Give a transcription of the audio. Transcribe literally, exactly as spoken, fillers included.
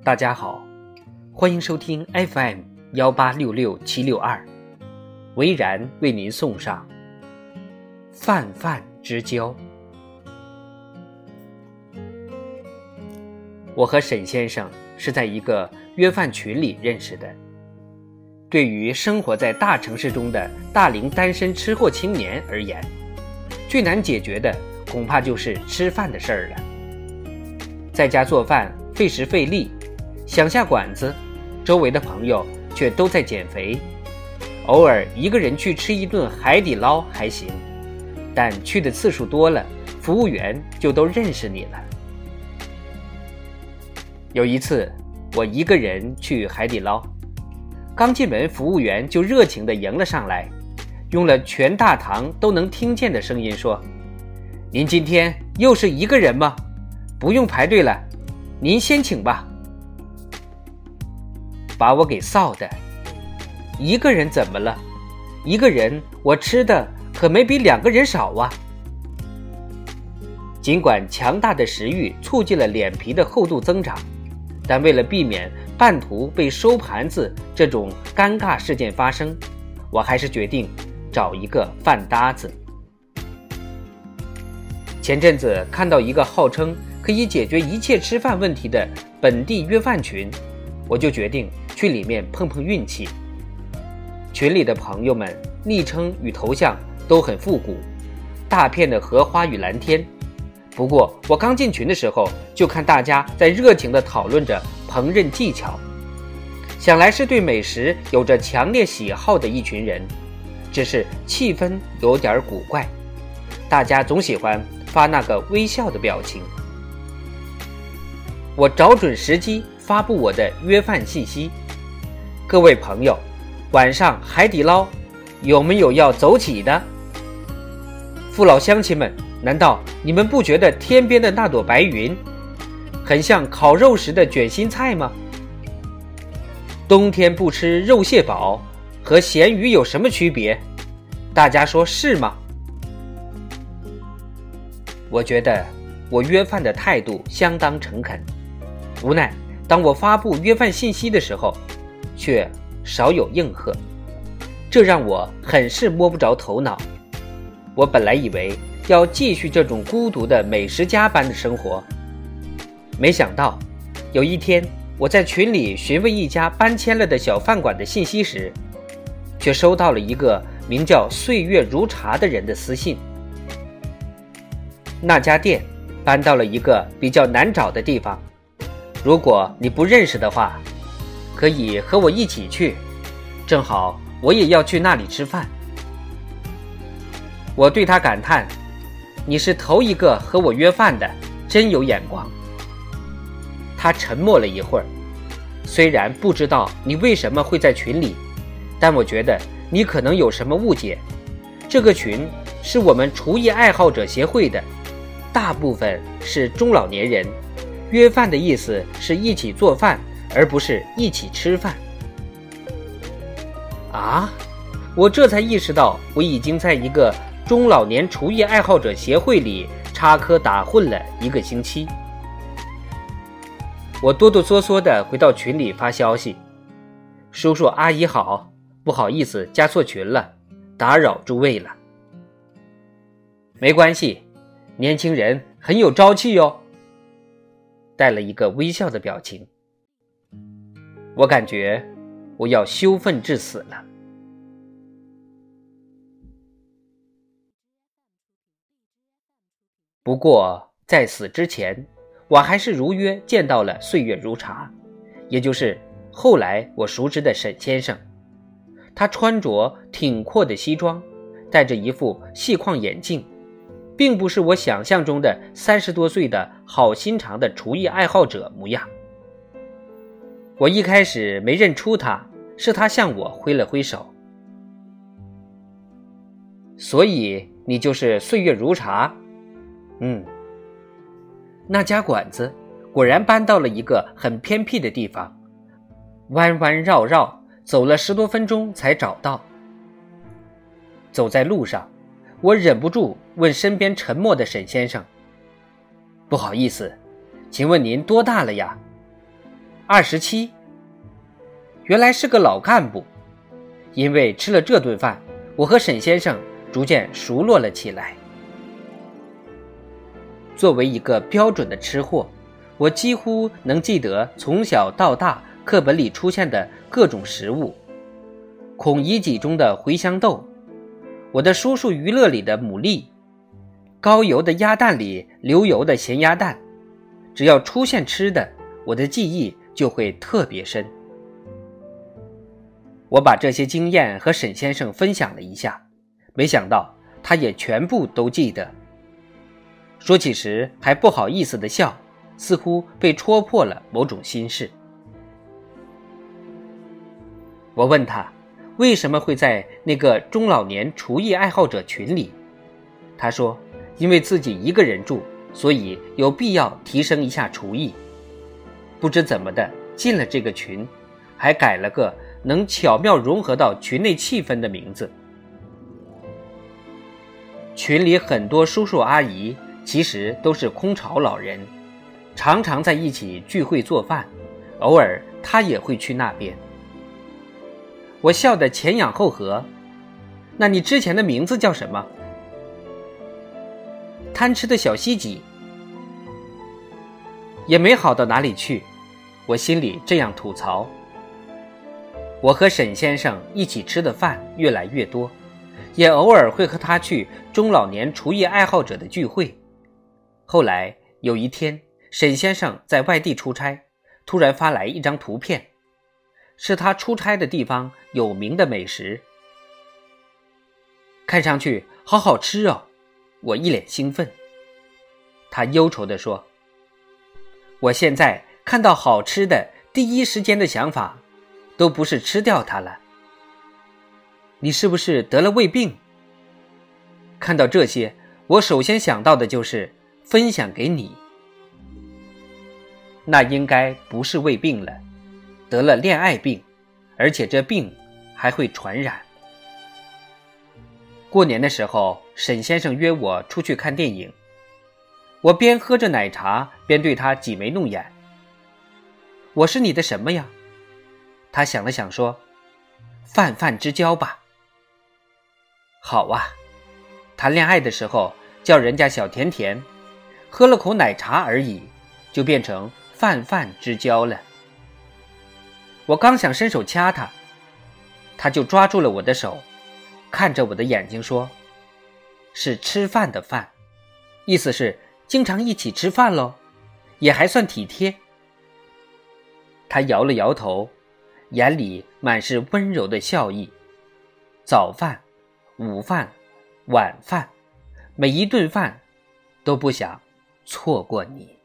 大家好，欢迎收听 F M 一八六六七六二，维然为您送上泛泛之交。我和沈先生是在一个约饭群里认识的。对于生活在大城市中的大龄单身吃货青年而言，最难解决的恐怕就是吃饭的事儿了。在家做饭费时费力，想下馆子，周围的朋友却都在减肥。偶尔一个人去吃一顿海底捞还行，但去的次数多了，服务员就都认识你了。有一次我一个人去海底捞，刚进门，服务员就热情地迎了上来，用了全大堂都能听见的声音说：您今天又是一个人吗？不用排队了，您先请吧。把我给臊的，一个人怎么了？一个人我吃的可没比两个人少啊。尽管强大的食欲促进了脸皮的厚度增长，但为了避免半途被收盘子这种尴尬事件发生，我还是决定找一个饭搭子。前阵子看到一个号称可以解决一切吃饭问题的本地约饭群，我就决定去里面碰碰运气。群里的朋友们昵称与头像都很复古，大片的荷花与蓝天。不过我刚进群的时候，就看大家在热情地讨论着烹饪技巧，想来是对美食有着强烈喜好的一群人，只是气氛有点古怪，大家总喜欢发那个微笑的表情。我找准时机发布我的约饭信息：各位朋友，晚上海底捞有没有要走起的？父老乡亲们，难道你们不觉得天边的那朵白云很像烤肉时的卷心菜吗？冬天不吃肉蟹煲和咸鱼有什么区别？大家说是吗？我觉得我约饭的态度相当诚恳，无奈当我发布约饭信息的时候，却少有应和，这让我很是摸不着头脑。我本来以为要继续这种孤独的美食家般的生活，没想到有一天我在群里询问一家搬迁了的小饭馆的信息时，却收到了一个名叫岁月如茶的人的私信。那家店搬到了一个比较难找的地方，如果你不认识的话，可以和我一起去，正好我也要去那里吃饭。我对他感叹：你是头一个和我约饭的，真有眼光。他沉默了一会儿，虽然不知道你为什么会在群里，但我觉得你可能有什么误解。这个群是我们厨艺爱好者协会的，大部分是中老年人，约饭的意思是一起做饭，而不是一起吃饭。啊，我这才意识到我已经在一个中老年厨艺爱好者协会里插科打诨了一个星期。我哆哆嗦嗦地回到群里发消息：叔叔阿姨好，不好意思加错群了，打扰诸位了。没关系，年轻人很有朝气哟，带了一个微笑的表情。我感觉我要羞愤至死了。不过在此之前，我还是如约见到了岁月如茶，也就是后来我熟知的沈先生。他穿着挺阔的西装，戴着一副细框眼镜，并不是我想象中的三十多岁的好心肠的厨艺爱好者模样。我一开始没认出他，是他向我挥了挥手。所以你就是岁月如茶？嗯。那家馆子果然搬到了一个很偏僻的地方，弯弯绕绕，走了十多分钟才找到。走在路上，我忍不住问身边沉默的沈先生：不好意思，请问您多大了呀？ 二十七，原来是个老干部。因为吃了这顿饭，我和沈先生逐渐熟络了起来。作为一个标准的吃货，我几乎能记得从小到大课本里出现的各种食物。孔乙己中的茴香豆，我的叔叔娱乐里的牡蛎，高油的鸭蛋里流油的咸鸭蛋，只要出现吃的，我的记忆就会特别深。我把这些经验和沈先生分享了一下，没想到他也全部都记得。说起时还不好意思地笑，似乎被戳破了某种心事。我问他为什么会在那个中老年厨艺爱好者群里，他说因为自己一个人住，所以有必要提升一下厨艺。不知怎么的进了这个群，还改了个能巧妙融合到群内气氛的名字。群里很多叔叔阿姨其实都是空巢老人，常常在一起聚会做饭，偶尔他也会去那边。我笑得前仰后合，那你之前的名字叫什么？贪吃的小西几。也没好到哪里去，我心里这样吐槽。我和沈先生一起吃的饭越来越多，也偶尔会和他去中老年厨艺爱好者的聚会。后来有一天，沈先生在外地出差，突然发来一张图片，是他出差的地方有名的美食。看上去好好吃哦，我一脸兴奋。他忧愁地说，我现在看到好吃的第一时间的想法都不是吃掉它了。你是不是得了胃病？看到这些，我首先想到的就是分享给你。那应该不是胃病了，得了恋爱病，而且这病还会传染。过年的时候，沈先生约我出去看电影，我边喝着奶茶边对他挤眉弄眼。我是你的什么呀？他想了想说，泛泛之交吧。好啊，谈恋爱的时候叫人家小甜甜，喝了口奶茶而已，就变成泛泛之交了。我刚想伸手掐他，他就抓住了我的手，看着我的眼睛说，是吃饭的饭，意思是经常一起吃饭咯，也还算体贴。他摇了摇头，眼里满是温柔的笑意。早饭、午饭、晚饭，每一顿饭都不想错过你。